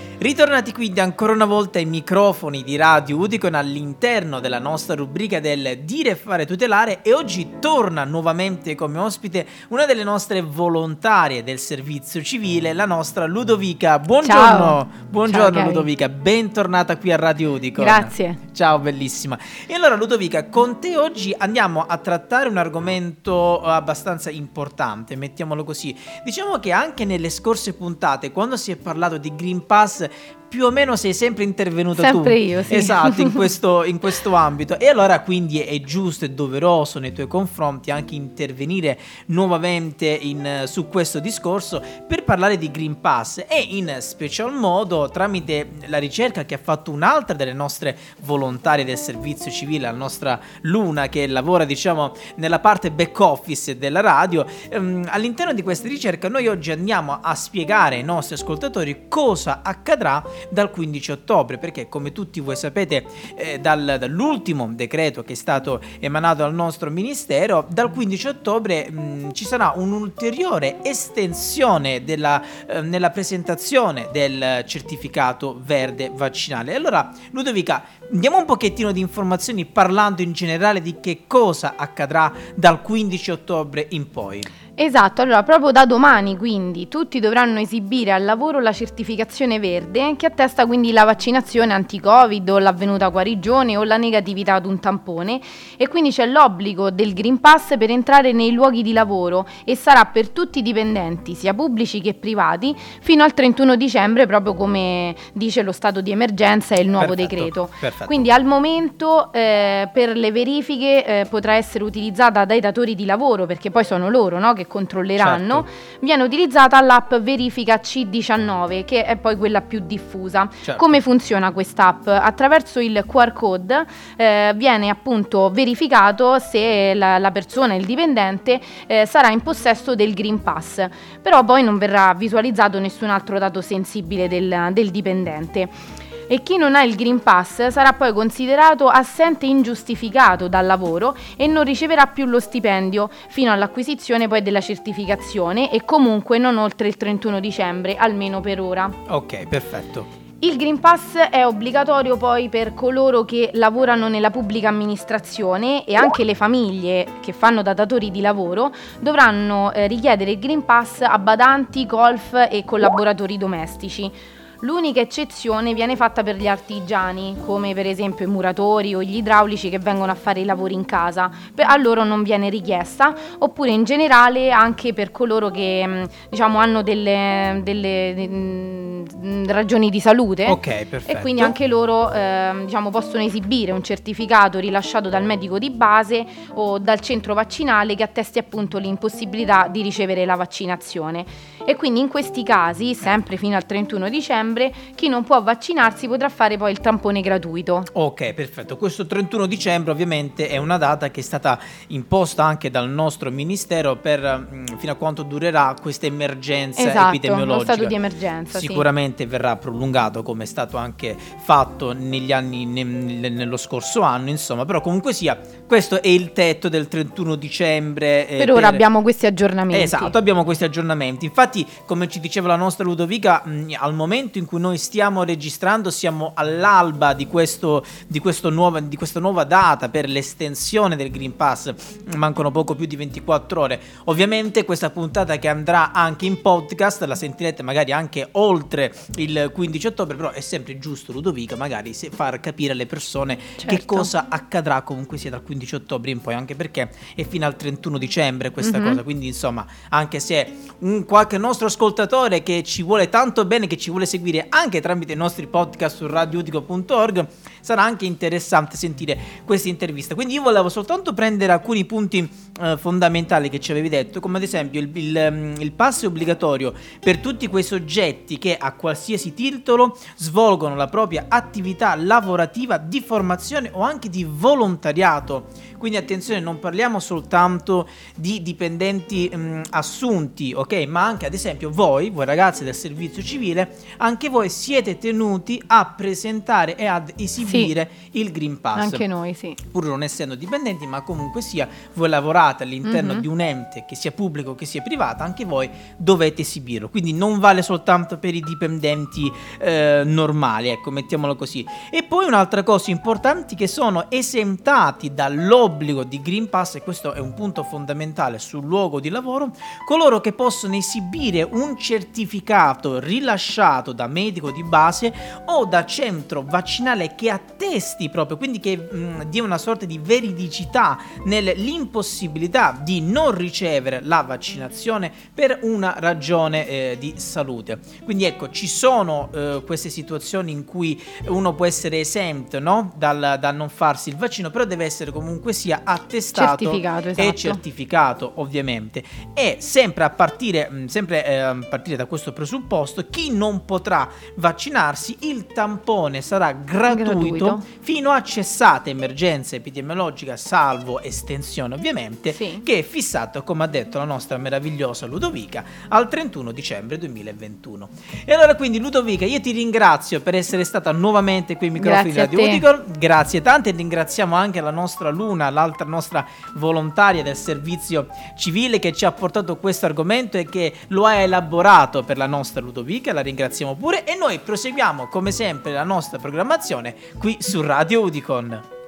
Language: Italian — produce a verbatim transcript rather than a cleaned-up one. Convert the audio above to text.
Ritornati quindi ancora una volta ai microfoni di Radio Udicon all'interno della nostra rubrica del Dire, Fare, Tutelare, e oggi torna nuovamente come ospite una delle nostre volontarie del servizio civile, la nostra Ludovica. Buongiorno, Ciao. buongiorno Ciao, Ludovica, bentornata qui a Radio Udicon. Grazie. Ciao, bellissima. E allora Ludovica, con te oggi andiamo a trattare un argomento abbastanza importante, mettiamolo così. Diciamo che anche nelle scorse puntate, quando si è parlato di Green Pass, più o meno sei sempre intervenuto sempre tu. Sempre io, sì. Esatto, in questo, in questo ambito. E allora quindi è giusto e doveroso nei tuoi confronti anche intervenire nuovamente in, su questo discorso per parlare di Green Pass, e in special modo tramite la ricerca che ha fatto un'altra delle nostre volontarie del servizio civile, la nostra Luna, che lavora diciamo nella parte back office della radio. Ehm, all'interno di questa ricerca noi oggi andiamo a spiegare ai nostri ascoltatori cosa accadrà dal quindici ottobre, perché come tutti voi sapete eh, dal, dall'ultimo decreto che è stato emanato dal nostro ministero, dal quindici ottobre mh, ci sarà un'ulteriore estensione della, eh, nella presentazione del certificato verde vaccinale. Allora Ludovica, diamo un pochettino di informazioni parlando in generale di che cosa accadrà dal quindici ottobre in poi. Esatto, allora proprio da domani quindi tutti dovranno esibire al lavoro la certificazione verde, che attesta quindi la vaccinazione anti-Covid o l'avvenuta guarigione o la negatività ad un tampone, e quindi c'è l'obbligo del Green Pass per entrare nei luoghi di lavoro, e sarà per tutti i dipendenti sia pubblici che privati fino al trentuno dicembre, proprio come dice lo stato di emergenza e il nuovo Perfetto, decreto. perfetto. Quindi al momento eh, per le verifiche eh, potrà essere utilizzata dai datori di lavoro, perché poi sono loro, no, che controlleranno. Certo. Viene utilizzata l'app Verifica C diciannove, che è poi quella più diffusa. Certo. Come funziona quest'app? Attraverso il Q R code eh, viene appunto verificato se la, la persona, il dipendente, eh, sarà in possesso del Green Pass, però poi non verrà visualizzato nessun altro dato sensibile del, del dipendente. E chi non ha il Green Pass sarà poi considerato assente ingiustificato dal lavoro e non riceverà più lo stipendio fino all'acquisizione poi della certificazione, e comunque non oltre il trentuno dicembre, almeno per ora. Ok, perfetto. Il Green Pass è obbligatorio poi per coloro che lavorano nella pubblica amministrazione, e anche le famiglie che fanno da datori di lavoro dovranno eh, richiedere il Green Pass a badanti, golf e collaboratori domestici. L'unica eccezione viene fatta per gli artigiani, come per esempio i muratori o gli idraulici che vengono a fare i lavori in casa. A loro non viene richiesta, oppure in generale anche per coloro che diciamo hanno delle, delle ragioni di salute. Ok, perfetto. E quindi anche loro eh, diciamo possono esibire un certificato rilasciato dal medico di base o dal centro vaccinale che attesti appunto l'impossibilità di ricevere la vaccinazione. E quindi in questi casi, sempre fino al trentuno dicembre, chi non può vaccinarsi potrà fare poi il tampone gratuito. Ok, perfetto. Questo trentuno dicembre ovviamente è una data che è stata imposta anche dal nostro ministero per mh, fino a quanto durerà questa emergenza esatto, epidemiologica. Lo stato di emergenza. Sicuramente sì. verrà prolungato, come è stato anche fatto negli anni ne, nello scorso anno, insomma, però comunque sia, questo è il tetto del trentuno dicembre. Eh, per, per ora abbiamo questi aggiornamenti. Esatto, abbiamo questi aggiornamenti. Infatti, come ci diceva la nostra Ludovica, mh, al momento in cui noi stiamo registrando siamo all'alba di questo di questo nuova di questa nuova data per l'estensione del Green Pass. Mancano poco più di ventiquattro ore. Ovviamente questa puntata, che andrà anche in podcast, la sentirete magari anche oltre il quindici ottobre, però è sempre giusto, Ludovica, magari se far capire alle persone certo. che cosa accadrà comunque sia dal quindici ottobre in poi, anche perché è fino al trentuno dicembre questa mm-hmm. cosa, quindi insomma, anche se un qualche nostro ascoltatore che ci vuole tanto bene, che ci vuole seguire anche tramite i nostri podcast su radio udicon punto org, sarà anche interessante sentire questa intervista. Quindi io volevo soltanto prendere alcuni punti eh, fondamentali che ci avevi detto, come ad esempio il, il, il pass è obbligatorio per tutti quei soggetti che a qualsiasi titolo svolgono la propria attività lavorativa, di formazione o anche di volontariato. Quindi attenzione, non parliamo soltanto di dipendenti mh, assunti, ok, ma anche ad esempio voi, voi ragazzi del servizio civile, anche voi siete tenuti a presentare e ad esibire sì, il Green Pass. Anche noi, sì. Pur non essendo dipendenti, ma comunque sia, voi lavorate all'interno mm-hmm. di un ente, che sia pubblico che sia privato, anche voi dovete esibirlo. Quindi non vale soltanto per i dipendenti eh, normali, ecco, mettiamolo così. E poi un'altra cosa importante, che sono esentati dall'obbligo di Green Pass, e questo è un punto fondamentale sul luogo di lavoro, coloro che possono esibire un certificato rilasciato da medico di base o da centro vaccinale che attesti proprio, quindi che mh, dia una sorta di veridicità nell'impossibilità di non ricevere la vaccinazione per una ragione eh, di salute. Quindi ecco, ci sono eh, queste situazioni in cui uno può essere esento, no? dal, dal non farsi il vaccino, però deve essere comunque sia attestato certificato, esatto. e certificato, ovviamente. E sempre a partire, mh, sempre eh, a partire da questo presupposto, chi non potrà vaccinarsi, il tampone sarà gratuito, gratuito. fino a cessata emergenza epidemiologica, salvo estensione ovviamente, sì. che è fissato, come ha detto la nostra meravigliosa Ludovica, al trentuno dicembre duemilaventuno. E allora quindi Ludovica, io ti ringrazio per essere stata nuovamente qui ai microfoni di Radio Udicon, grazie tante, e ringraziamo anche la nostra Luna, l'altra nostra volontaria del servizio civile, che ci ha portato questo argomento e che lo ha elaborato per la nostra Ludovica, la ringraziamo pure, e noi proseguiamo come sempre la nostra programmazione qui su Radio Udicon.